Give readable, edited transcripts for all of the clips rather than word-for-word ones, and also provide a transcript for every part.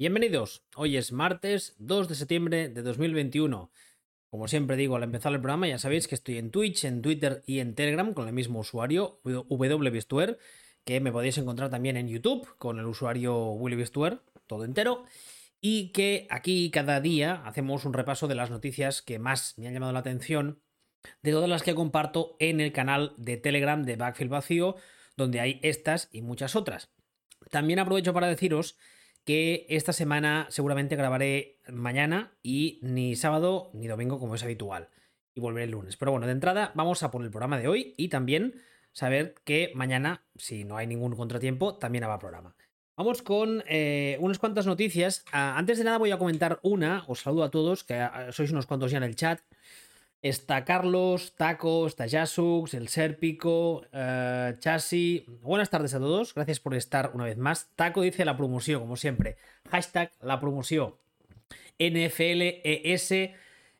Bienvenidos, hoy es martes 2 de septiembre de 2021. Como siempre digo al empezar el programa, ya sabéis que estoy en Twitch, en Twitter y en Telegram con el mismo usuario, WBistuer, que me podéis encontrar también en YouTube con el usuario WillyBistuer, todo entero, y que aquí cada día hacemos un repaso de las noticias que más me han llamado la atención, de todas las que comparto en el canal de Telegram de Backfield Vacío, donde hay estas y muchas otras. También aprovecho para deciros que esta semana seguramente grabaré mañana y ni sábado ni domingo como es habitual. Y volveré el lunes. Pero bueno, de entrada vamos a por el programa de hoy y también saber que mañana, si no hay ningún contratiempo, también habrá programa. Vamos con unas cuantas noticias. Antes de nada voy a comentar una. Os saludo a todos, que sois unos cuantos ya en el chat. Está Carlos, Taco, está Jasux, el Serpico, Chasi. Buenas tardes a todos, gracias por estar una vez más. Taco dice la promoción, como siempre. Hashtag la promoción. NFLES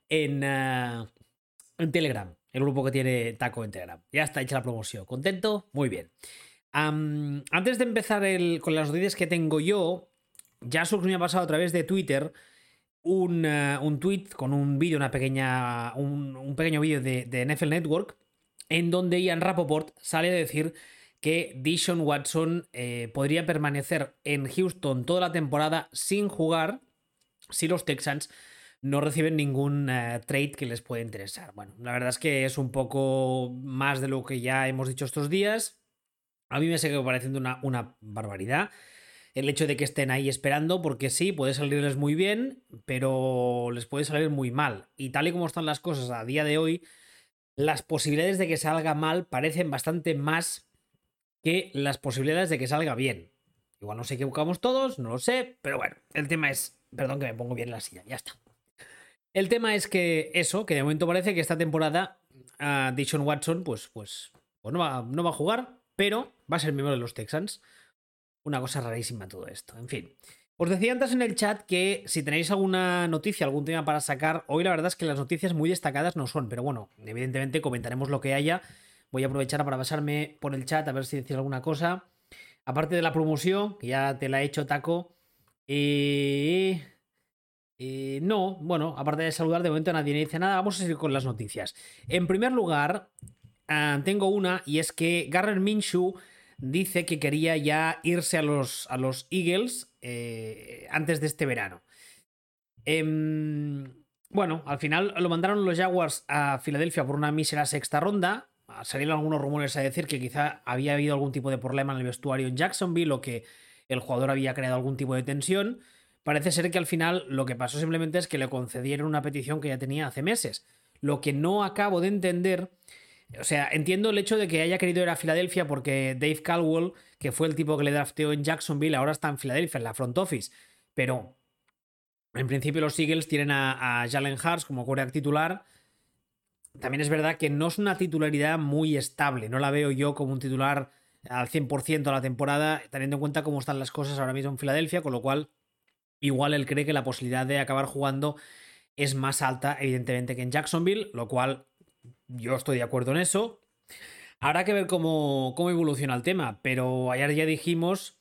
en Telegram, el grupo que tiene Taco en Telegram. Ya está hecha la promoción. ¿Contento? Muy bien. Antes de empezar con las noticias que tengo yo, Jasux me ha pasado a través de Twitter un tweet con un vídeo, un pequeño vídeo de NFL Network, en donde Ian Rapoport sale a decir que Deshaun Watson podría permanecer en Houston toda la temporada sin jugar si los Texans no reciben ningún trade que les pueda interesar. Bueno, la verdad es que es un poco más de lo que ya hemos dicho estos días. A mí me sigue pareciendo una barbaridad el hecho de que estén ahí esperando, porque sí, puede salirles muy bien, pero les puede salir muy mal. Y tal y como están las cosas a día de hoy, las posibilidades de que salga mal parecen bastante más que las posibilidades de que salga bien. Igual nos equivocamos todos, no lo sé, pero bueno, el tema es... Perdón que me pongo bien en la silla, ya está. El tema es que eso, que de momento parece que esta temporada Deshaun Watson pues no va a jugar, pero va a ser miembro de los Texans. Una cosa rarísima todo esto. En fin. Os decía antes en el chat que si tenéis alguna noticia, algún tema para sacar, hoy la verdad es que las noticias muy destacadas no son, pero bueno, evidentemente comentaremos lo que haya. Voy a aprovechar para pasarme por el chat a ver si decís alguna cosa. Aparte de la promoción, que ya te la he hecho, Taco. No, bueno, aparte de saludar, de momento nadie me dice nada. Vamos a seguir con las noticias. En primer lugar, tengo una, y es que Garner Minshew dice que quería ya irse a los Eagles antes de este verano. Bueno, al final lo mandaron los Jaguars a Filadelfia por una mísera sexta ronda. Salieron algunos rumores a decir que quizá había habido algún tipo de problema en el vestuario en Jacksonville o que el jugador había creado algún tipo de tensión. Parece ser que al final lo que pasó simplemente es que le concedieron una petición que ya tenía hace meses. Lo que no acabo de entender, o sea, entiendo el hecho de que haya querido ir a Filadelfia porque Dave Caldwell, que fue el tipo que le drafteó en Jacksonville, ahora está en Filadelfia, en la front office. Pero en principio los Eagles tienen a Jalen Hurts como quarterback titular. También es verdad que no es una titularidad muy estable. No la veo yo como un titular al 100% a la temporada, teniendo en cuenta cómo están las cosas ahora mismo en Filadelfia, con lo cual igual él cree que la posibilidad de acabar jugando es más alta, evidentemente, que en Jacksonville, lo cual yo estoy de acuerdo en eso. Habrá que ver cómo evoluciona el tema, pero ayer ya dijimos,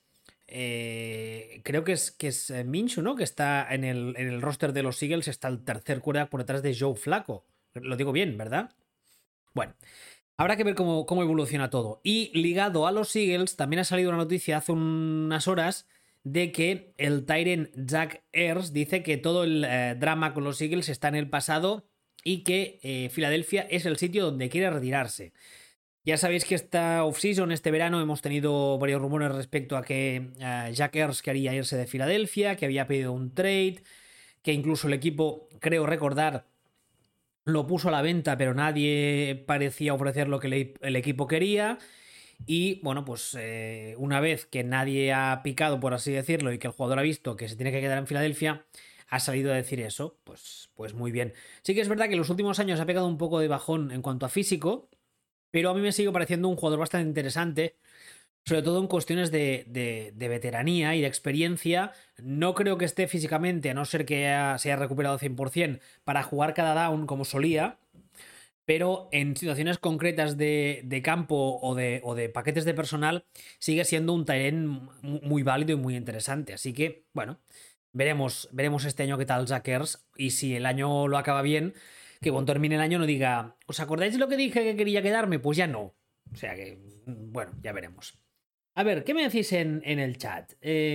creo que es Minshew, ¿no? Que está en el roster de los Eagles, está el tercer quarterback por detrás de Joe Flacco. Lo digo bien, ¿verdad? Bueno, habrá que ver cómo evoluciona todo. Y ligado a los Eagles, también ha salido una noticia hace unas horas de que el Tyrant Jack Ayers dice que todo el drama con los Eagles está en el pasado y que Filadelfia es el sitio donde quiere retirarse. Ya sabéis que esta off-season, este verano, hemos tenido varios rumores respecto a que Jack Ayers quería irse de Filadelfia, que había pedido un trade, que incluso el equipo, creo recordar, lo puso a la venta, pero nadie parecía ofrecer lo que el equipo quería. Y bueno, pues una vez que nadie ha picado, por así decirlo, y que el jugador ha visto que se tiene que quedar en Filadelfia, ha salido a decir eso. Pues muy bien. Sí que es verdad que en los últimos años ha pegado un poco de bajón en cuanto a físico, pero a mí me sigue pareciendo un jugador bastante interesante, sobre todo en cuestiones de veteranía y de experiencia. No creo que esté físicamente, a no ser que se haya recuperado 100% para jugar cada down como solía, pero en situaciones concretas de campo o de paquetes de personal sigue siendo un tight end muy válido y muy interesante. Así que, bueno, Veremos este año qué tal Jackers y si el año lo acaba bien, que cuando termine el año no diga, ¿os acordáis de lo que dije que quería quedarme? Pues ya no. O sea que, bueno, ya veremos. A ver, ¿qué me decís en el chat?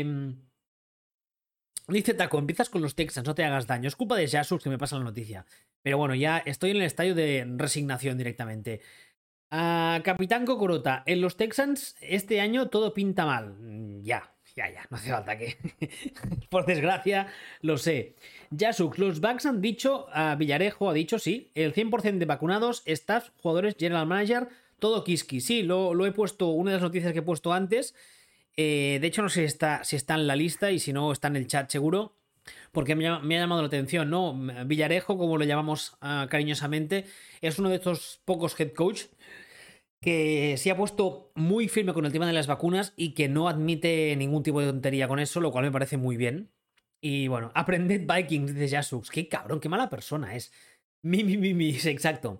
Dice Taco, empiezas con los Texans, no te hagas daño. Es culpa de Jasus que me pasa la noticia. Pero bueno, ya estoy en el estadio de resignación directamente. Capitán Cocorota, en los Texans este año todo pinta mal. Ya, no hace falta que... Por desgracia, lo sé. Jasuk, los Bucks han dicho, Villarejo ha dicho, sí, el 100% de vacunados, staff, jugadores, general manager, todo Kiski. Sí, lo he puesto, una de las noticias que he puesto antes. De hecho, no sé si está en la lista y si no, está en el chat seguro. Porque me ha llamado la atención, ¿no? Villarejo, como lo llamamos cariñosamente, es uno de estos pocos head coach que se ha puesto muy firme con el tema de las vacunas y que no admite ningún tipo de tontería con eso, lo cual me parece muy bien. Y bueno, aprended Vikings, dice Jasux. Qué cabrón, qué mala persona es. Exacto.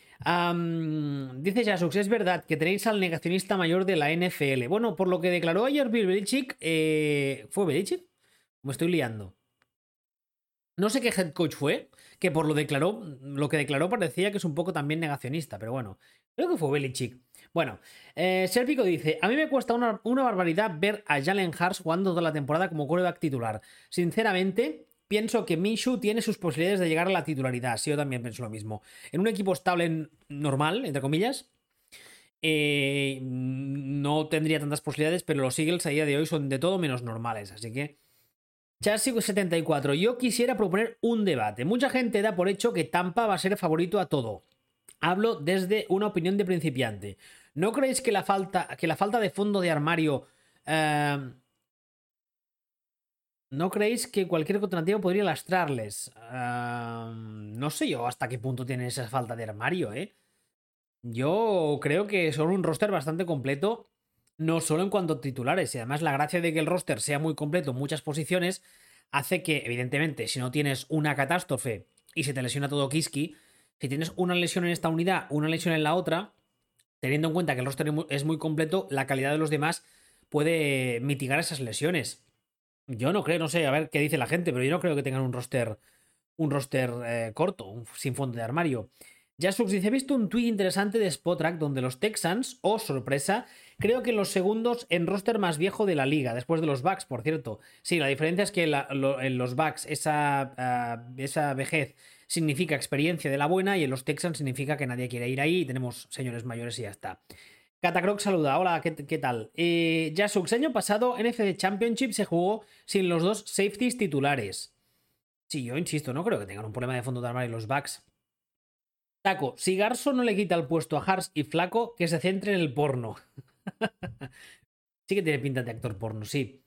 Dice Jasux, es verdad que tenéis al negacionista mayor de la NFL. Bueno, por lo que declaró ayer Bill Belichick, ¿fue Belichick? Me estoy liando. No sé qué head coach fue, que por lo que declaró parecía que es un poco también negacionista, pero bueno, creo que fue Belichick. Bueno, Serpico dice, a mí me cuesta una barbaridad ver a Jalen Hurts jugando toda la temporada como quarterback titular. Sinceramente, pienso que Minshew tiene sus posibilidades de llegar a la titularidad. Sí, yo también pienso lo mismo. En un equipo estable normal, entre comillas, no tendría tantas posibilidades, pero los Eagles a día de hoy son de todo menos normales, así que... Chassi74, yo quisiera proponer un debate. Mucha gente da por hecho que Tampa va a ser favorito a todo. Hablo desde una opinión de principiante. ¿No creéis que la falta de fondo de armario... ¿No creéis que cualquier contratiempo podría lastrarles? No sé yo hasta qué punto tienen esa falta de armario, ¿eh? Yo creo que son un roster bastante completo, no solo en cuanto a titulares, y además la gracia de que el roster sea muy completo en muchas posiciones hace que, evidentemente, si no tienes una catástrofe y se te lesiona todo Kiski, si tienes una lesión en esta unidad, una lesión en la otra, teniendo en cuenta que el roster es muy completo, la calidad de los demás puede mitigar esas lesiones. Yo no creo, no sé, a ver qué dice la gente, pero yo no creo que tengan un roster corto, sin fondo de armario. Jasux dice, he visto un tweet interesante de Spotrac donde los Texans, oh sorpresa, creo que los segundos en roster más viejo de la liga, después de los Bucks, por cierto. Sí, la diferencia es que en los Bucks esa vejez significa experiencia de la buena y en los Texans significa que nadie quiere ir ahí y tenemos señores mayores y ya está. Catacroc saluda, hola, ¿qué tal? Jasux, año pasado NFC Championship se jugó sin los dos safeties titulares. Sí, yo insisto, no creo que tengan un problema de fondo de armario los Bucks. Taco, si Garso no le quita el puesto a Hars y Flaco, que se centre en el porno. Sí que tiene pinta de actor porno, sí.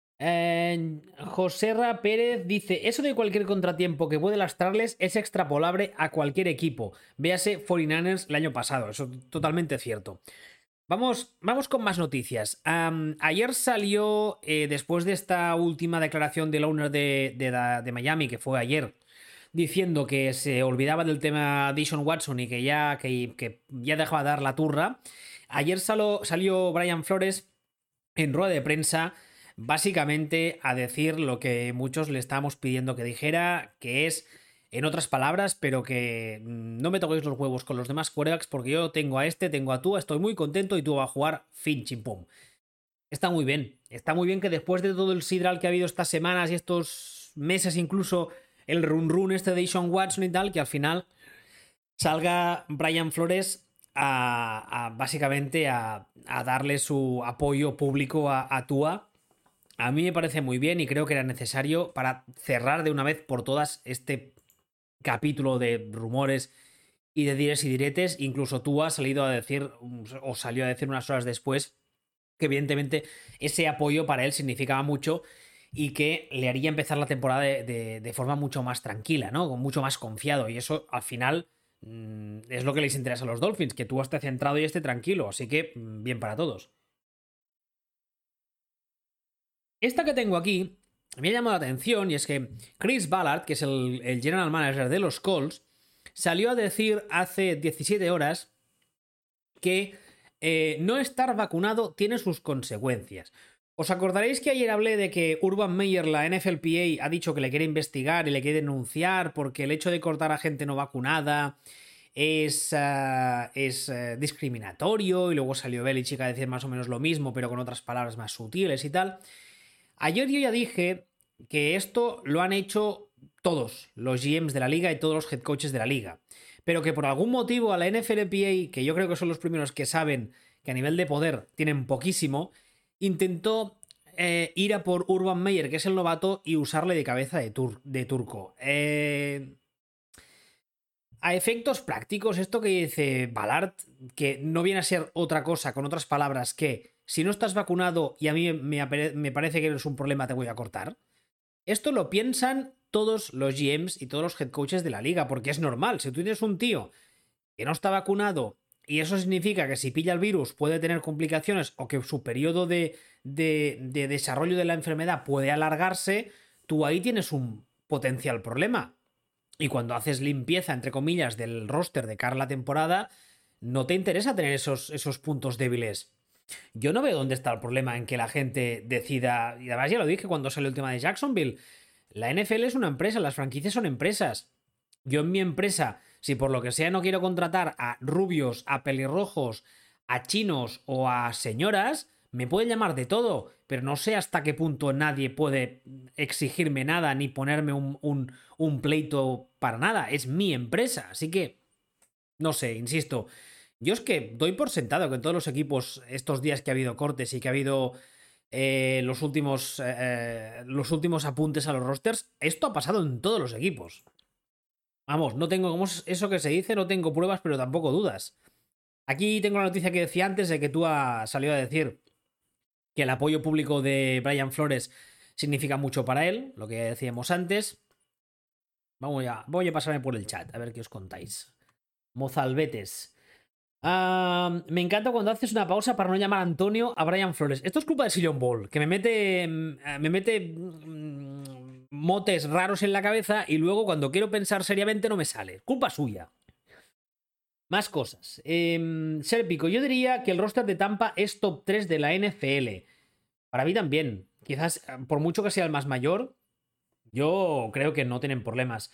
Joserra Pérez dice: eso de cualquier contratiempo que puede lastrarles es extrapolable a cualquier equipo. Véase 49ers el año pasado, eso es totalmente cierto. Vamos con más noticias. Ayer salió, después de esta última declaración del owner de Miami, que fue ayer, diciendo que se olvidaba del tema Deshaun Watson y que ya dejaba de dar la turra. Ayer salió Brian Flores en rueda de prensa básicamente a decir lo que muchos le estábamos pidiendo que dijera, que es, en otras palabras, pero que no me toquéis los huevos con los demás quarterbacks porque yo tengo a este, tengo a Tua, estoy muy contento y tú vas a jugar fin chimpum. Está muy bien que después de todo el sidral que ha habido estas semanas y estos meses, incluso el run este de Deshaun Watson y tal, que al final salga Brian Flores básicamente a darle su apoyo público a Tua. A mí me parece muy bien y creo que era necesario para cerrar de una vez por todas este capítulo de rumores y de dires y diretes. Incluso Tua ha salido a decir, o salió a decir unas horas después, que evidentemente ese apoyo para él significaba mucho y que le haría empezar la temporada de forma mucho más tranquila, ¿no? Con mucho más confiado. Y eso al final es lo que les interesa a los Dolphins, que tú esté centrado y esté tranquilo. Así que bien para todos. Esta que tengo aquí me ha llamado la atención y es que Chris Ballard, que es el general manager de los Colts, salió a decir hace 17 horas que no estar vacunado tiene sus consecuencias. ¿Os acordaréis que ayer hablé de que Urban Meyer, la NFLPA, ha dicho que le quiere investigar y le quiere denunciar porque el hecho de cortar a gente no vacunada es discriminatorio? Y luego salió Belichick a decir más o menos lo mismo, pero con otras palabras más sutiles y tal. Ayer yo ya dije que esto lo han hecho todos los GMs de la liga y todos los head coaches de la liga. Pero que por algún motivo a la NFLPA, que yo creo que son los primeros que saben que a nivel de poder tienen poquísimo, intentó ir a por Urban Meyer, que es el novato, y usarle de cabeza de turco. A efectos prácticos, esto que dice Ballard, que no viene a ser otra cosa, con otras palabras, que si no estás vacunado y a mí me parece que eres un problema, te voy a cortar. Esto lo piensan todos los GMs y todos los head coaches de la liga, porque es normal. Si tú tienes un tío que no está vacunado y eso significa que si pilla el virus puede tener complicaciones o que su periodo de desarrollo de la enfermedad puede alargarse, tú ahí tienes un potencial problema. Y cuando haces limpieza, entre comillas, del roster de cara a la temporada, no te interesa tener esos puntos débiles. Yo no veo dónde está el problema en que la gente decida, y además ya lo dije cuando salió el tema de Jacksonville, la NFL es una empresa, las franquicias son empresas. Yo en mi empresa, si por lo que sea no quiero contratar a rubios, a pelirrojos, a chinos o a señoras, me pueden llamar de todo, pero no sé hasta qué punto nadie puede exigirme nada ni ponerme un pleito para nada. Es mi empresa, así que, no sé, insisto. Yo es que doy por sentado que en todos los equipos, estos días que ha habido cortes y que ha habido los últimos apuntes a los rosters, esto ha pasado en todos los equipos. Vamos, no tengo, como es eso que se dice, no tengo pruebas, pero tampoco dudas. Aquí tengo la noticia que decía antes de que tú has salido a decir que el apoyo público de Brian Flores significa mucho para él, lo que decíamos antes. Voy a pasarme por el chat, a ver qué os contáis. Mozalbetes. Me encanta cuando haces una pausa para no llamar a Antonio a Brian Flores. Esto es culpa de Sillon Ball, que me mete motes raros en la cabeza y luego cuando quiero pensar seriamente no me sale. Culpa suya. Más cosas. Serpico, yo diría que el roster de Tampa es top 3 de la NFL. Para mí también. Quizás, por mucho que sea el más mayor, yo creo que no tienen problemas.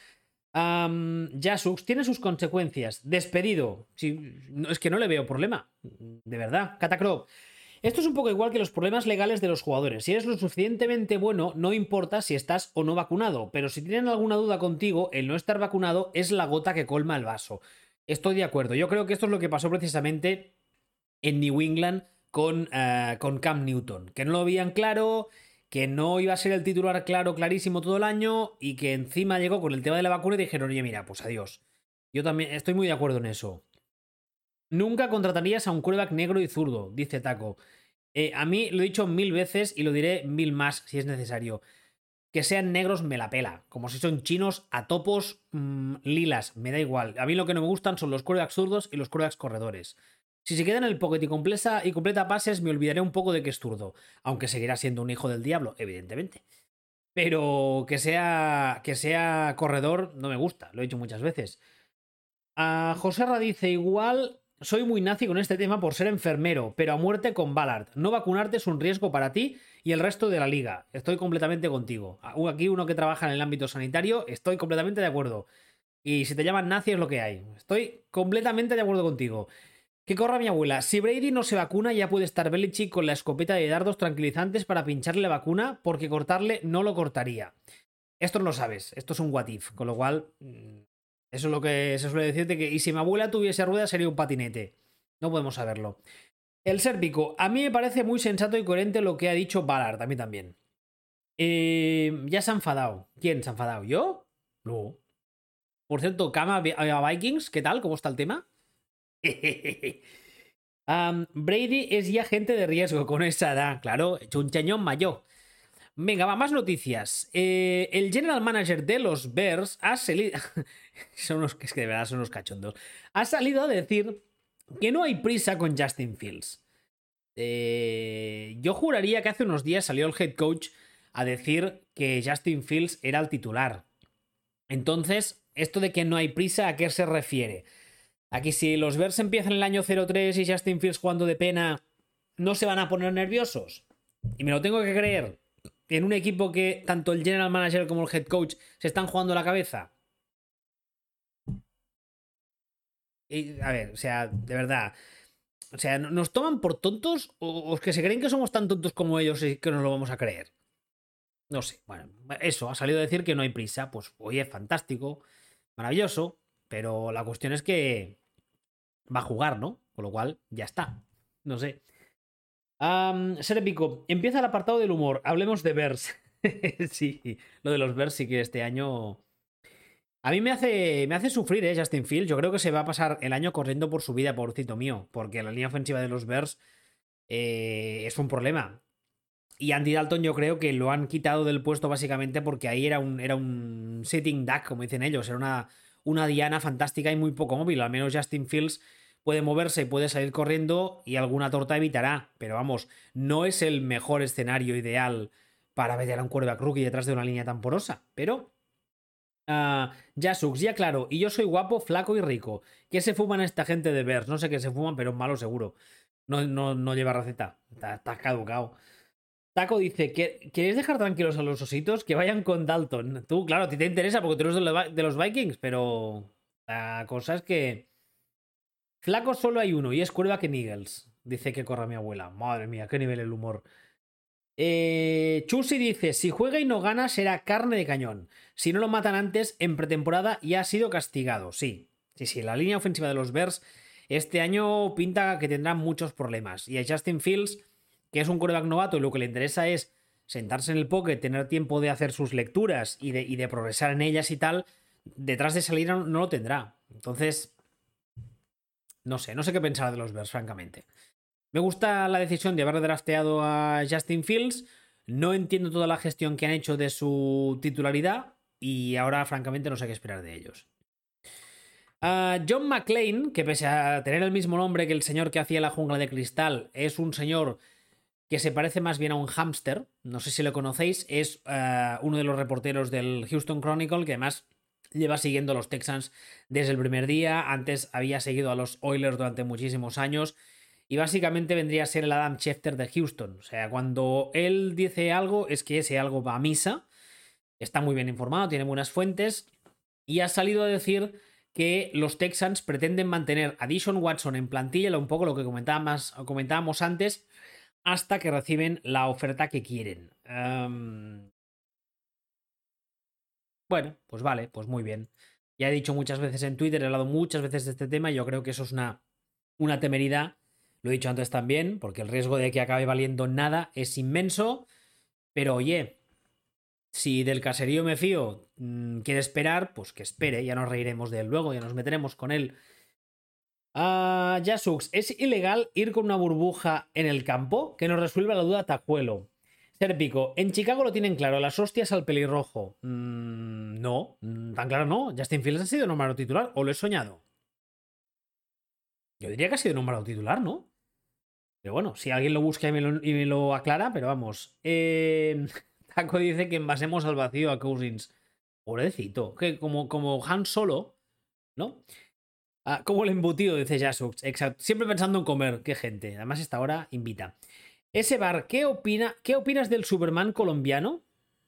Jasux tiene sus consecuencias. Despedido. Sí, es que no le veo problema. De verdad. Catacrop. Esto es un poco igual que los problemas legales de los jugadores. Si eres lo suficientemente bueno, no importa si estás o no vacunado. Pero si tienen alguna duda contigo, el no estar vacunado es la gota que colma el vaso. Estoy de acuerdo. Yo creo que esto es lo que pasó precisamente en New England con Cam Newton. Que no lo veían claro, que no iba a ser el titular clarísimo todo el año y que encima llegó con el tema de la vacuna y dijeron, oye, mira, pues adiós. Yo también estoy muy de acuerdo en eso. Nunca contratarías a un quarterback negro y zurdo, dice Taco. A mí lo he dicho 1000 veces y lo diré 1000 más si es necesario. Que sean negros me la pela. Como si son chinos a topos lilas, me da igual. A mí lo que no me gustan son los quarterbacks zurdos y los quarterbacks corredores. Si se queda en el pocket y completa pases, me olvidaré un poco de que es zurdo. Aunque seguirá siendo un hijo del diablo, evidentemente. Pero que sea corredor no me gusta, lo he dicho muchas veces. José Ra dice, igual soy muy nazi con este tema por ser enfermero, pero a muerte con Ballard. No vacunarte es un riesgo para ti y el resto de la liga. Estoy completamente contigo. Aquí uno que trabaja en el ámbito sanitario, estoy completamente de acuerdo. Y si te llaman nazi es lo que hay. Estoy completamente de acuerdo contigo. Que corra mi abuela. Si Brady no se vacuna, ya puede estar Belichick con la escopeta de dardos tranquilizantes para pincharle la vacuna, porque cortarle no lo cortaría. Esto no lo sabes. Esto es un what if. Con lo cual, eso es lo que se suele decirte que, y si mi abuela tuviese ruedas sería un patinete. No podemos saberlo. El sérpico, a mí me parece muy sensato y coherente lo que ha dicho Ballard, a mí también. Ya se ha enfadado. ¿Quién se ha enfadado? ¿Yo? No. Por cierto, Kama a Vikings, ¿qué tal? ¿Cómo está el tema? Brady es ya gente de riesgo con esa edad, claro, chuncheñón mayor. Venga, va, más noticias. El general manager de los Bears ha salido. Es que de verdad son unos cachondos. Ha salido a decir que no hay prisa con Justin Fields. Yo juraría que hace unos días salió el head coach a decir que Justin Fields era el titular. Entonces, esto de que no hay prisa, ¿a qué se refiere? Aquí si los Bears empiezan el año 0-3 y Justin Fields jugando de pena, ¿no se van a poner nerviosos? y me lo tengo que creer en un equipo que tanto el general manager como el head coach se están jugando la cabeza. Y, a ver, o sea, de verdad. O sea, ¿nos toman por tontos o que se creen que somos tan tontos como ellos y que nos lo vamos a creer? No sé, bueno, eso, ha salido a decir que no hay prisa. Pues, oye, fantástico, maravilloso, pero la cuestión es que va a jugar, ¿no? Con lo cual, ya está. No sé. Serepico, empieza el apartado del humor. Hablemos de Bears. Sí, lo de los Bears sí que este año. A mí me hace sufrir, Justin Fields. Yo creo que se va a pasar el año corriendo por su vida, pobrecito mío. Porque la línea ofensiva de los Bears es un problema. Y Andy Dalton yo creo que lo han quitado del puesto básicamente porque ahí era un sitting duck, como dicen ellos. Era una diana fantástica y muy poco móvil. Al menos Justin Fields puede moverse y puede salir corriendo y alguna torta evitará. Pero vamos, no es el mejor escenario ideal para meter a un quarterback rookie detrás de una línea tan porosa. Pero ya Sux, ya claro. Y yo soy guapo, flaco y rico. ¿Qué se fuman esta gente de Bears? No sé qué se fuman, pero es malo seguro. No lleva receta. Está caducado. Taco dice, ¿quieres dejar tranquilos a los ositos? Que vayan con Dalton. Tú, claro, a ti te interesa porque tú eres de los Vikings, pero la cosa es que flaco solo hay uno y es que Eagles. Dice que corra mi abuela. Madre mía, qué nivel el humor. Chusi dice, si juega y no gana será carne de cañón. Si no lo matan antes, en pretemporada ya ha sido castigado. Sí, sí, la línea ofensiva de los Bears este año pinta que tendrá muchos problemas. Y a Justin Fields, que es un quarterback novato y lo que le interesa es sentarse en el pocket, tener tiempo de hacer sus lecturas y de progresar en ellas y tal, detrás de salir no lo tendrá. Entonces, no sé qué pensar de los Bears, francamente. Me gusta la decisión de haber drafteado a Justin Fields. No entiendo toda la gestión que han hecho de su titularidad. Y ahora, francamente, no sé qué esperar de ellos. John McClane, que pese a tener el mismo nombre que el señor que hacía la jungla de cristal, es un señor que se parece más bien a un hámster. No sé si lo conocéis. Es uno de los reporteros del Houston Chronicle, que además lleva siguiendo a los Texans desde el primer día. Antes había seguido a los Oilers durante muchísimos años. Y básicamente vendría a ser el Adam Schefter de Houston. O sea, cuando él dice algo, es que ese algo va a misa. Está muy bien informado, tiene buenas fuentes. Y ha salido a decir que los Texans pretenden mantener a Deshaun Watson en plantilla, un poco lo que comentábamos antes, hasta que reciben la oferta que quieren. Bueno, pues vale, pues muy bien. Ya he dicho muchas veces en Twitter, he hablado muchas veces de este tema y yo creo que eso es una temeridad. Lo he dicho antes también, porque el riesgo de que acabe valiendo nada es inmenso. Pero oye, si del caserío me fío, quiere esperar, pues que espere, ya nos reiremos de él luego, ya nos meteremos con él. Jasux, ¿es ilegal ir con una burbuja en el campo? Que nos resuelva la duda Tajuelo. Serpico, en Chicago lo tienen claro, las hostias al pelirrojo. No, tan claro no. Justin Fields ha sido nombrado titular, o lo he soñado. Yo diría que ha sido nombrado titular, ¿no? Pero bueno, si alguien lo busca y me lo aclara, pero vamos. Taco dice que envasemos al vacío a Cousins. Pobrecito, que como Han Solo, ¿no? Como el embutido, dice Jasux. Exacto. Siempre pensando en comer. Qué gente. Además, esta hora invita. Ese bar, ¿qué opinas del Superman colombiano?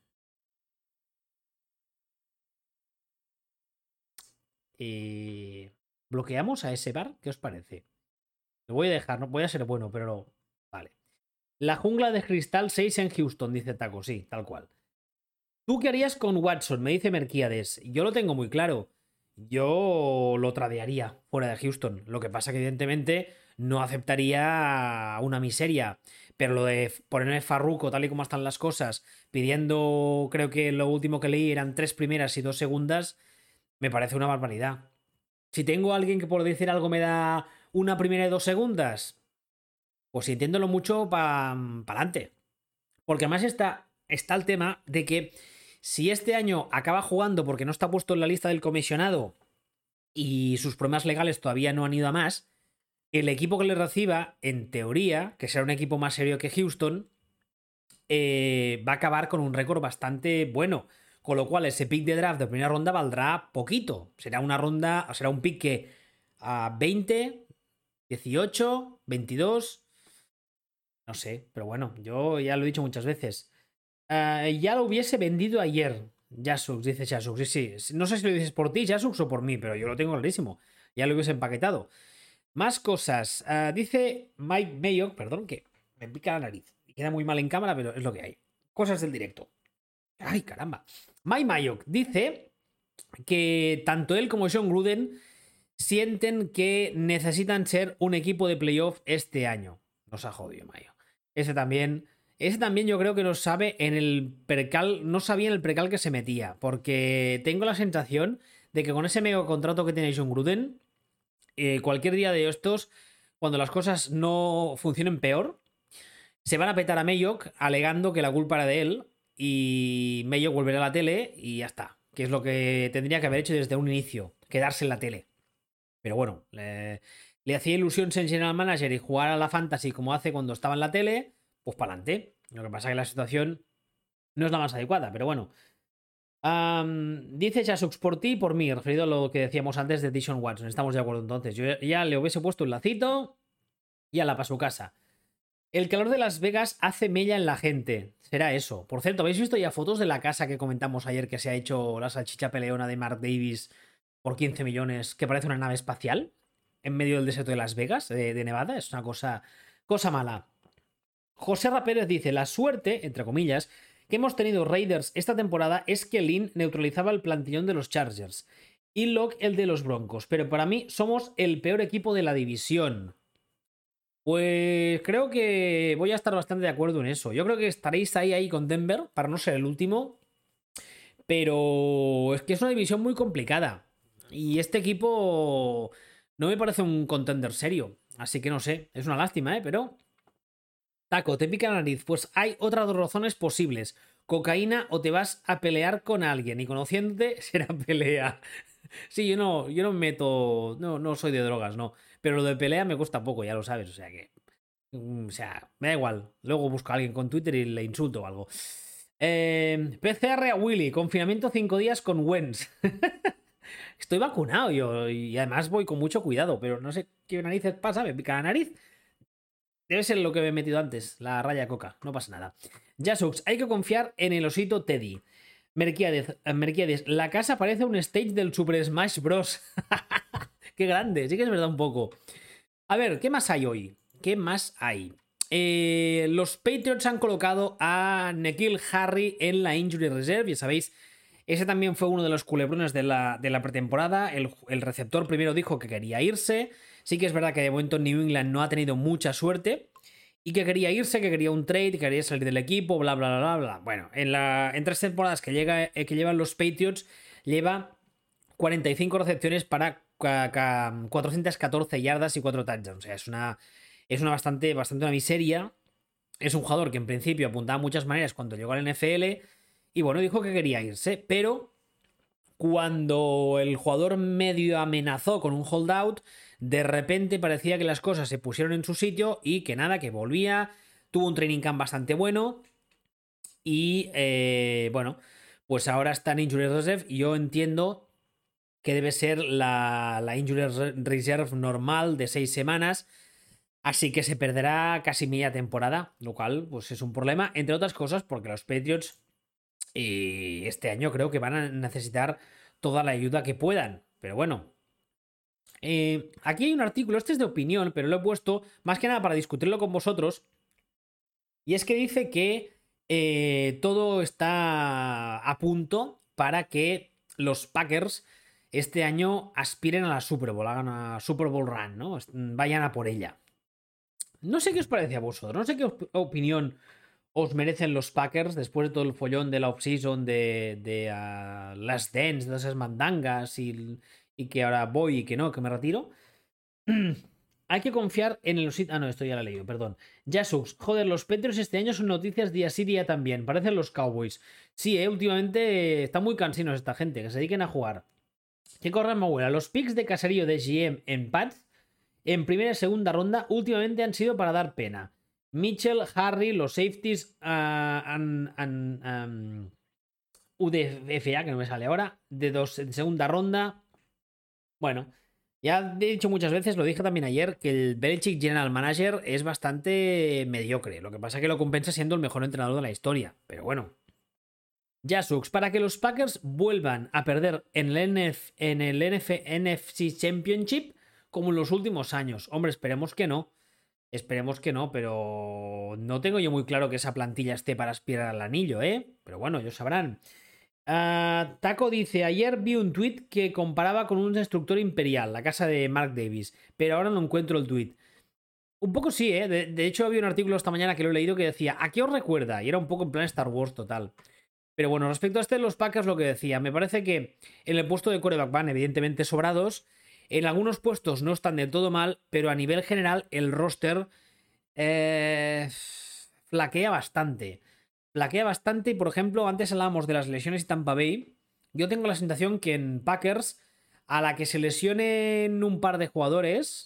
¿Bloqueamos a ese bar? ¿Qué os parece? Lo voy a dejar, no voy a ser bueno, pero no. Vale. La jungla de cristal 6 en Houston, dice Taco. Sí, tal cual. ¿Tú qué harías con Watson? Me dice Merquiades. Yo lo tengo muy claro. Yo lo tradearía fuera de Houston. Lo que pasa que, evidentemente, no aceptaría una miseria. Pero lo de ponerme Farruko, tal y como están las cosas, pidiendo, creo que lo último que leí eran 3 primeras y 2 segundas, me parece una barbaridad. Si tengo a alguien que por decir algo me da una primera y 2 segundas, pues sintiéndolo mucho para adelante. Porque además está el tema de que si este año acaba jugando porque no está puesto en la lista del comisionado y sus problemas legales todavía no han ido a más, el equipo que le reciba, en teoría, que será un equipo más serio que Houston, va a acabar con un récord bastante bueno. Con lo cual, ese pick de draft de primera ronda valdrá poquito. Será una ronda, será un pick que a 20, 18, 22. No sé, pero bueno, yo ya lo he dicho muchas veces. Ya lo hubiese vendido ayer. Jasux, dice Jasux. Sí, sí. No sé si lo dices por ti, Jasux, o por mí, pero yo lo tengo clarísimo. Ya lo hubiese empaquetado. Más cosas. Dice Mike Mayock, perdón, que me pica la nariz. Y queda muy mal en cámara, pero es lo que hay. Cosas del directo. Ay, caramba. Mike Mayock dice que tanto él como John Gruden sienten que necesitan ser un equipo de playoff este año. Nos ha jodido, Mayo. Ese también. Ese también yo creo que no sabe en el percal. No sabía en el percal que se metía. Porque tengo la sensación de que con ese mega contrato que tiene John Gruden, cualquier día de estos, cuando las cosas no funcionen peor, se van a petar a Mayock alegando que la culpa era de él. Y Mayock volverá a la tele y ya está. Que es lo que tendría que haber hecho desde un inicio. Quedarse en la tele. Pero bueno, le hacía ilusión ser general manager y jugar a la fantasy como hace cuando estaba en la tele, pues para adelante. Lo que pasa es que la situación no es la más adecuada, pero bueno. Dice Jasux por ti y por mí, referido a lo que decíamos antes de Dishon Watson. Estamos de acuerdo entonces. Yo ya le hubiese puesto un lacito y a la para su casa. El calor de Las Vegas hace mella en la gente. Será eso. Por cierto, ¿habéis visto ya fotos de la casa que comentamos ayer que se ha hecho la salchicha peleona de Mark Davis por 15 millones, que parece una nave espacial en medio del desierto de Las Vegas, de Nevada? Es una cosa mala. José Pérez dice, la suerte, entre comillas, que hemos tenido Raiders esta temporada es que Lynn neutralizaba el plantillón de los Chargers y Locke el de los Broncos, pero para mí somos el peor equipo de la división. Pues creo que voy a estar bastante de acuerdo en eso. Yo creo que estaréis ahí con Denver para no ser el último, pero es que es una división muy complicada. Y este equipo no me parece un contender serio. Así que no sé, es una lástima, ¿eh? Pero... Taco, te pica la nariz. Pues hay otras dos razones posibles. Cocaína o te vas a pelear con alguien. Y conociéndote será pelea. Sí, yo no me meto... No soy de drogas, no. Pero lo de pelea me cuesta poco, ya lo sabes. O sea que... O sea, me da igual. Luego busco a alguien con Twitter y le insulto o algo. PCR a Willy. Confinamiento 5 días con Wens. Estoy vacunado yo y además voy con mucho cuidado, pero no sé qué narices pasa, me pica la nariz. Debe ser lo que me he metido antes, la raya coca, no pasa nada. Jasux, hay que confiar en el osito Teddy. Merquiades, la casa parece un stage del Super Smash Bros. Qué grande, sí que es verdad un poco. A ver, ¿qué más hay hoy? ¿Qué más hay? Los Patriots han colocado a N'Keal Harry en la Injury Reserve, ya sabéis, ese también fue uno de los culebrones de la pretemporada. El receptor primero dijo que quería irse. Sí que es verdad que de momento New England no ha tenido mucha suerte. Y que quería irse, que quería un trade, que quería salir del equipo, bla, bla, bla, bla. Bueno, en 3 temporadas que llevan los Patriots, lleva 45 recepciones para 414 yardas y 4 touchdowns. O sea, es una bastante una miseria. Es un jugador que en principio apuntaba muchas maneras cuando llegó al NFL. Y bueno, dijo que quería irse, pero cuando el jugador medio amenazó con un holdout, de repente parecía que las cosas se pusieron en su sitio y que nada, que volvía, tuvo un training camp bastante bueno y bueno, pues ahora está en Injury Reserve y yo entiendo que debe ser la Injury Reserve normal de 6 semanas, así que se perderá casi media temporada, lo cual pues es un problema, entre otras cosas porque los Patriots este año creo que van a necesitar toda la ayuda que puedan. Pero bueno, aquí hay un artículo, este es de opinión, pero lo he puesto más que nada para discutirlo con vosotros. Y es que dice que todo está a punto para que los Packers este año aspiren a la Super Bowl, hagan a Super Bowl Run, ¿no? Vayan a por ella. No sé qué os parece a vosotros, no sé qué opinión os merecen los Packers después de todo el follón de la offseason de las Dance, de esas mandangas y que ahora voy y que no, que me retiro. Hay que confiar en el... Ah, no, esto ya lo he leído, perdón. Jasux, joder, los Patriots este año son noticias día sí día también. Parecen los Cowboys. Sí, últimamente están muy cansinos esta gente, que se dediquen a jugar. ¿Qué corran mi abuela? Los picks de caserío de GM en Pats en primera y segunda ronda últimamente han sido para dar pena. Mitchell, Harry, los safeties, UDFA, que no me sale ahora, de segunda ronda. Bueno, Ya he dicho muchas veces, lo dije también ayer, que el Belichick General Manager es bastante mediocre. Lo que pasa es que lo compensa siendo el mejor entrenador de la historia. Pero bueno. Jasux, para que los Packers vuelvan a perder en el, NFC Championship como en los últimos años. Hombre, esperemos que no. Esperemos que no, pero no tengo yo muy claro que esa plantilla esté para aspirar al anillo, ¿eh? Pero bueno, ellos sabrán. Taco dice, ayer vi un tweet que comparaba con un destructor imperial, la casa de Mark Davis, pero ahora no encuentro el tweet. Un poco sí, ¿eh? De hecho, había un artículo esta mañana que lo he leído que decía, ¿a qué os recuerda? Y era un poco en plan Star Wars total. Pero bueno, respecto a este de los Packers, lo que decía, me parece que en el puesto de quarterback van evidentemente sobrados. En algunos puestos no están del todo mal, pero a nivel general el roster flaquea bastante. Flaquea bastante y, por ejemplo, antes hablábamos de las lesiones y Tampa Bay. Yo tengo la sensación que en Packers, a la que se lesionen un par de jugadores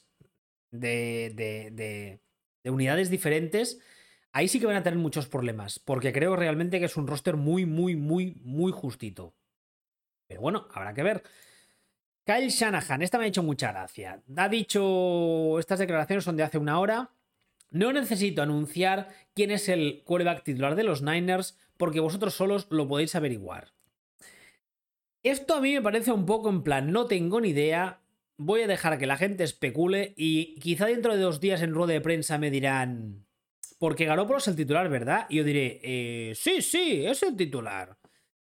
de unidades diferentes, ahí sí que van a tener muchos problemas, porque creo realmente que es un roster muy, muy, muy, muy justito. Pero bueno, habrá que ver. Kyle Shanahan, esta me ha hecho mucha gracia. Ha dicho, estas declaraciones son de hace una hora. No necesito anunciar quién es el quarterback titular de los Niners, porque vosotros solos lo podéis averiguar. Esto a mí me parece un poco en plan, no tengo ni idea, voy a dejar que la gente especule y quizá dentro de 2 días en rueda de prensa me dirán, porque Garoppolo es el titular, ¿verdad? Y yo diré, sí, sí, es el titular.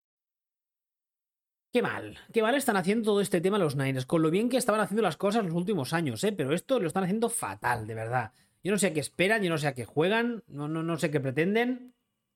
Qué mal están haciendo todo este tema los Niners, con lo bien que estaban haciendo las cosas los últimos años, ¿eh? Pero esto lo están haciendo fatal, de verdad. Yo no sé a qué esperan, yo no sé a qué juegan, no sé qué pretenden.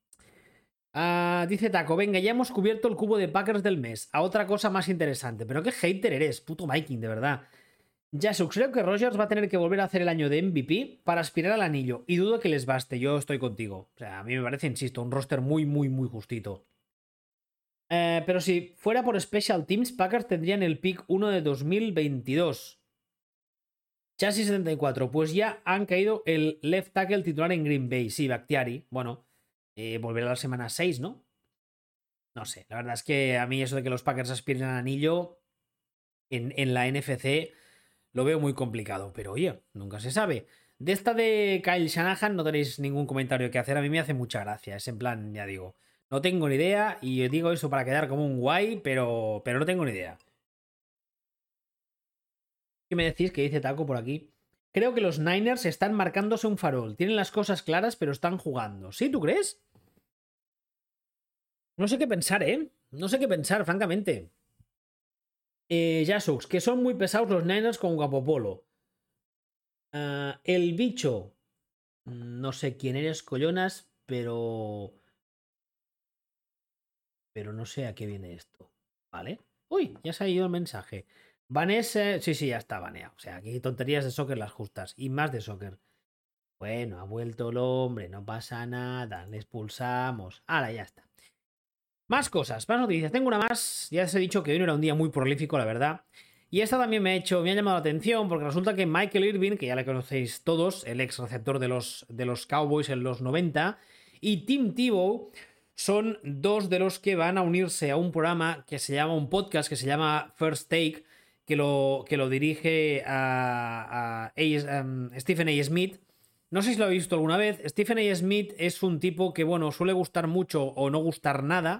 Dice Taco, venga, ya hemos cubierto el cubo de Packers del mes. A otra cosa más interesante. Pero qué hater eres, puto Viking, de verdad. Jasux, creo que Rogers va a tener que volver a hacer el año de MVP para aspirar al anillo. Y dudo que les baste, yo estoy contigo. O sea, a mí me parece, insisto, un roster muy, muy, muy justito. Pero si fuera por Special Teams, Packers tendrían el pick 1 de 2022. Chasis 74, pues ya han caído el left tackle titular en Green Bay. Sí, Bakhtiari. Bueno, volverá a la semana 6, ¿no? No sé, la verdad es que a mí eso de que los Packers aspiren al anillo en la NFC lo veo muy complicado, pero oye, nunca se sabe. De esta de Kyle Shanahan no tenéis ningún comentario que hacer, a mí me hace mucha gracia, es en plan, ya digo, no tengo ni idea y digo eso para quedar como un guay, pero no tengo ni idea. ¿Qué me decís? Que dice Taco por aquí. Creo que los Niners están marcándose un farol, tienen las cosas claras pero están jugando. ¿Sí, tú crees? No sé qué pensar, ¿eh? No sé qué pensar, francamente. Jasux, que son muy pesados los Niners con Guapopolo. El bicho. No sé quién eres, collonas, pero. Pero no sé a qué viene esto. ¿Vale? Uy, ya se ha ido el mensaje. Vanessa. Sí, sí, ya está baneado. O sea, aquí tonterías de soccer las justas. Y más de soccer. Bueno, ha vuelto el hombre, no pasa nada. Le expulsamos. Ahora ya está. Más cosas, más noticias. Tengo una más. Ya os he dicho que hoy no era un día muy prolífico, la verdad. Y esta también me ha llamado la atención porque resulta que Michael Irvin, que ya le conocéis todos, el ex receptor de los Cowboys en los 90, y Tim Tebow son dos de los que van a unirse a un programa que se llama, un podcast que se llama First Take, que lo dirige Stephen A. Smith. No sé si lo habéis visto alguna vez. Stephen A. Smith es un tipo que, bueno, suele gustar mucho o no gustar nada.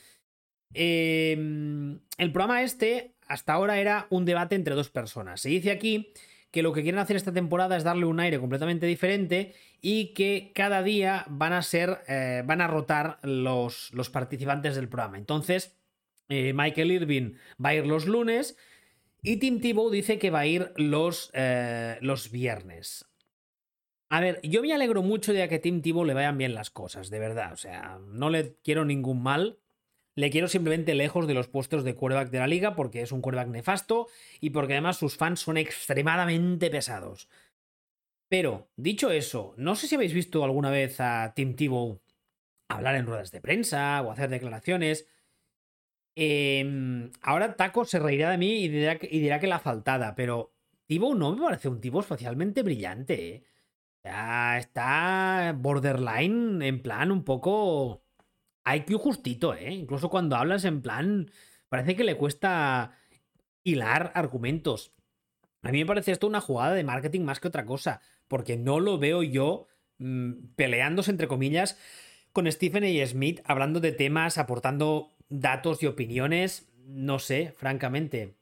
El programa este hasta ahora era un debate entre dos personas. Se dice aquí que lo que quieren hacer esta temporada es darle un aire completamente diferente y que cada día van a rotar los participantes del programa. Entonces, Michael Irvin va a ir los lunes y Tim Tebow dice que va a ir los viernes. A ver, yo me alegro mucho de que a Tim Tebow le vayan bien las cosas, de verdad. O sea, no le quiero ningún mal. Le quiero simplemente lejos de los puestos de quarterback de la liga porque es un quarterback nefasto y porque además sus fans son extremadamente pesados. Pero, dicho eso, no sé si habéis visto alguna vez a Tim Tebow hablar en ruedas de prensa o hacer declaraciones. Ahora Taco se reirá de mí y dirá que la faltada, pero Tebow no me parece un tipo especialmente brillante, ¿eh? Ya está borderline, en plan un poco IQ justito, ¿eh? Incluso cuando hablas en plan, parece que le cuesta hilar argumentos. A mí me parece esto una jugada de marketing más que otra cosa, porque no lo veo yo peleándose, entre comillas, con Stephen A. Smith, hablando de temas, aportando datos y opiniones. No sé, francamente.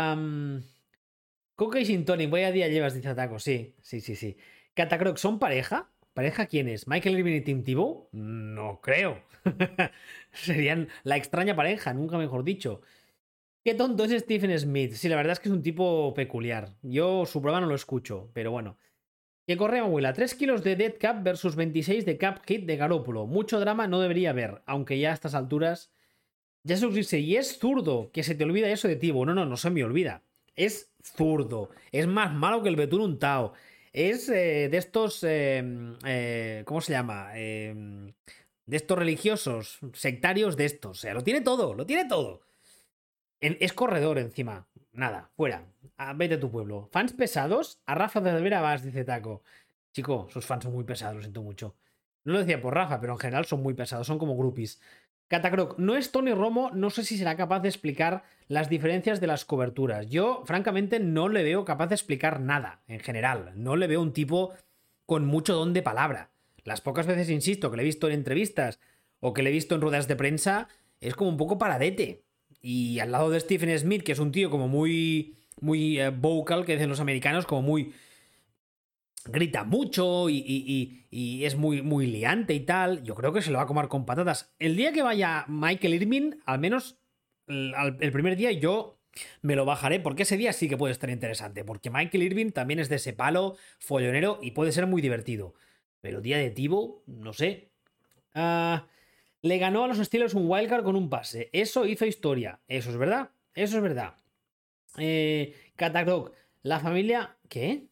Coca y Gin Tonic, vaya día llevas, dice Ataco. Sí, sí, sí, sí. Catacroc, ¿son pareja? ¿Pareja quién es? ¿Michael Irving y Tim Tebow? No creo. Serían la extraña pareja, nunca mejor dicho. Qué tonto es Stephen Smith. Sí, la verdad es que es un tipo peculiar. Yo su programa no lo escucho, pero bueno. Que corre abuela. 3 kilos de Dead Cap versus 26 de Cap Hit de Garópolo. Mucho drama no debería haber, aunque ya a estas alturas. Jesús dice, y es zurdo, que se te olvida eso de Tibo. No, no, no se me olvida. Es zurdo. Es más malo que el Betún Untao. Es de estos. ¿Cómo se llama? De estos religiosos, sectarios de estos. O sea, lo tiene todo, lo tiene todo. Es corredor encima. Nada, fuera. Vete a tu pueblo. ¿Fans pesados? A Rafa de Vera vas, dice Taco. Chico, sus fans son muy pesados, lo siento mucho. No lo decía por Rafa, pero en general son muy pesados, son como groupies. Catacroc, no es Tony Romo, no sé si será capaz de explicar las diferencias de las coberturas. Yo, francamente, no le veo capaz de explicar nada, en general. No le veo un tipo con mucho don de palabra. Las pocas veces, insisto, que le he visto en entrevistas o que le he visto en ruedas de prensa, es como un poco paradete. Y al lado de Stephen Smith, que es un tío como muy vocal, que dicen los americanos, como muy grita mucho y es muy liante y tal, yo creo que se lo va a comer con patatas. El día que vaya Michael Irving, al menos el primer día yo me lo bajaré, porque ese día sí que puede estar interesante, porque Michael Irving también es de ese palo follonero y puede ser muy divertido. Pero el día de Tibo, no sé. Le ganó a los Steelers un wildcard con un pase. Eso hizo historia. Eso es verdad. Eso es verdad. Catacroc, la familia... ¿Qué?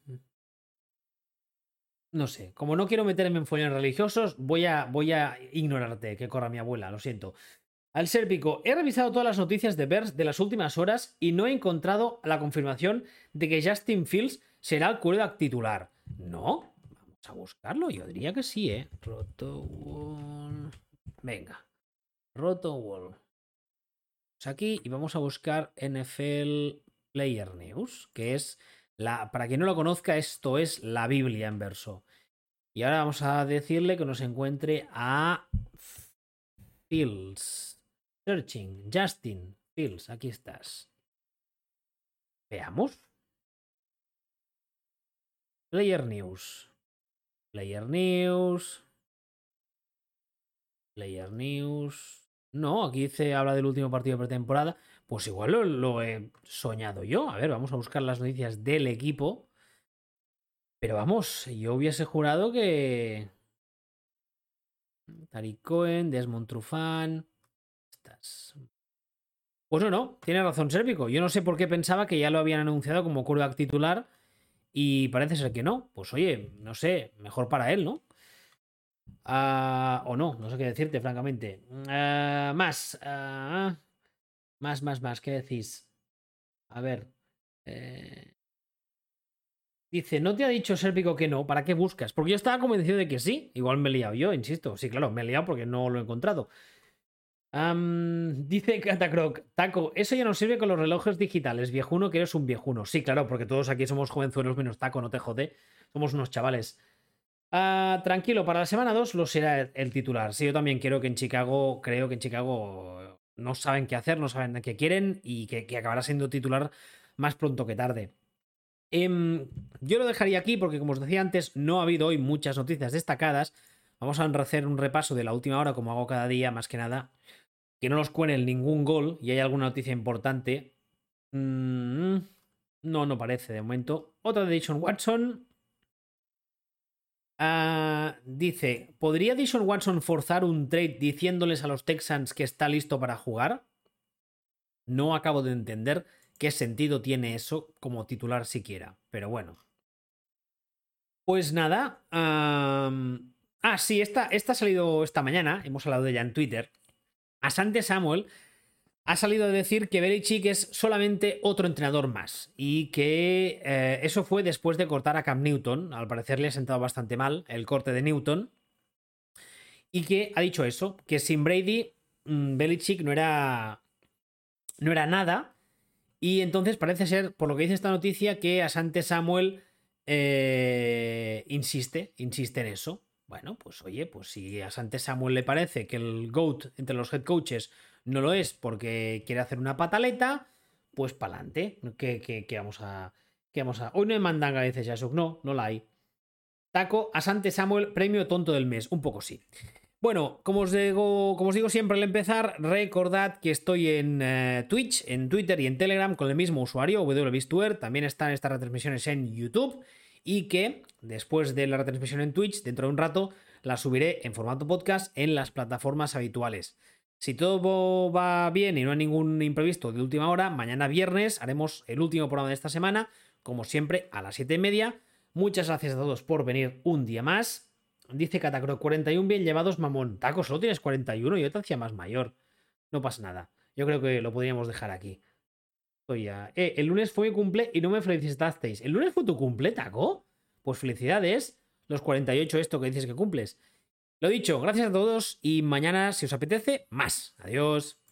No sé, como no quiero meterme en follones religiosos, voy a ignorarte que corra mi abuela, lo siento. Al Sérpico, he revisado todas las noticias de Bears de las últimas horas y no he encontrado la confirmación de que Justin Fields será el quarterback titular. ¿No? Vamos a buscarlo, yo diría que sí, ¿eh? Rotowall. Venga, Rotowall. Pues aquí y vamos a buscar NFL Player News, que es la... Para quien no lo conozca, esto es la Biblia en verso. Y ahora vamos a decirle que nos encuentre a Fields. Searching. Justin Fields. Aquí estás. Veamos. Player News. Player News. Player News. No, aquí dice, habla del último partido de pretemporada. Pues igual lo he soñado yo. A ver, vamos a buscar las noticias del equipo. Pero vamos, yo hubiese jurado que... Tariq Cohen, Desmond Trufant... Estas... Pues no, tiene razón Sérpico. Yo no sé por qué pensaba que ya lo habían anunciado como quarterback titular y parece ser que no. Pues oye, no sé, mejor para él, ¿no? O no sé qué decirte, francamente. Más, ¿qué decís? A ver. eh, Dice, ¿no te ha dicho Sérpico que no? ¿Para qué buscas? Porque yo estaba convencido de que sí. Igual me he liado yo, insisto. Sí, claro, me he liado porque no lo he encontrado. Dice Catacroc, Taco, eso ya no sirve con los relojes digitales, viejuno, que eres un viejuno. Sí, claro, porque todos aquí somos jovenzuelos menos Taco, no te jode. Somos unos chavales. Tranquilo, para la semana 2 lo será el titular. Sí, yo también creo que en Chicago no saben qué hacer, no saben qué quieren y que acabará siendo titular más pronto que tarde. Yo lo dejaría aquí porque, como os decía antes, no ha habido hoy muchas noticias destacadas. Vamos a hacer un repaso de la última hora, como hago cada día, más que nada que no nos cuelen ningún gol y hay alguna noticia importante. No parece de momento. Otra de Dishon Watson. Dice, ¿podría Dishon Watson forzar un trade diciéndoles a los Texans que está listo para jugar? No acabo de entender qué sentido tiene eso como titular siquiera, pero bueno. Pues nada. Sí, esta ha salido esta mañana, hemos hablado de ella en Twitter. Asante Samuel ha salido a decir que Belichick es solamente otro entrenador más y que eso fue después de cortar a Cam Newton. Al parecer le ha sentado bastante mal el corte de Newton y que ha dicho eso, que sin Brady Belichick no era nada Y entonces parece ser, por lo que dice esta noticia, que Asante Samuel insiste en eso. Bueno, pues oye, pues si a Asante Samuel le parece que el GOAT entre los head coaches no lo es porque quiere hacer una pataleta, pues pa'lante. ¿Qué vamos a...? Hoy no hay mandanga, dice Yasuk. No, no la hay. Taco, Asante Samuel, premio tonto del mes. Un poco sí. Bueno, como os digo siempre al empezar, recordad que estoy en Twitch, en Twitter y en Telegram con el mismo usuario, WBistuer. También están estas retransmisiones en YouTube. Y que después de la retransmisión en Twitch, dentro de un rato, la subiré en formato podcast en las plataformas habituales. Si todo va bien y no hay ningún imprevisto de última hora, mañana viernes haremos el último programa de esta semana, como siempre, a las 7:30. Muchas gracias a todos por venir un día más. Dice Catacro, 41 bien llevados, mamón. Taco, solo tienes 41, yo te hacía más mayor. No pasa nada. Yo creo que lo podríamos dejar aquí. Estoy ya. El lunes fue mi cumple y no me felicitasteis. ¿El lunes fue tu cumple, Taco? Pues felicidades. Los 48 esto que dices que cumples. Lo dicho, gracias a todos y mañana, si os apetece, más. Adiós.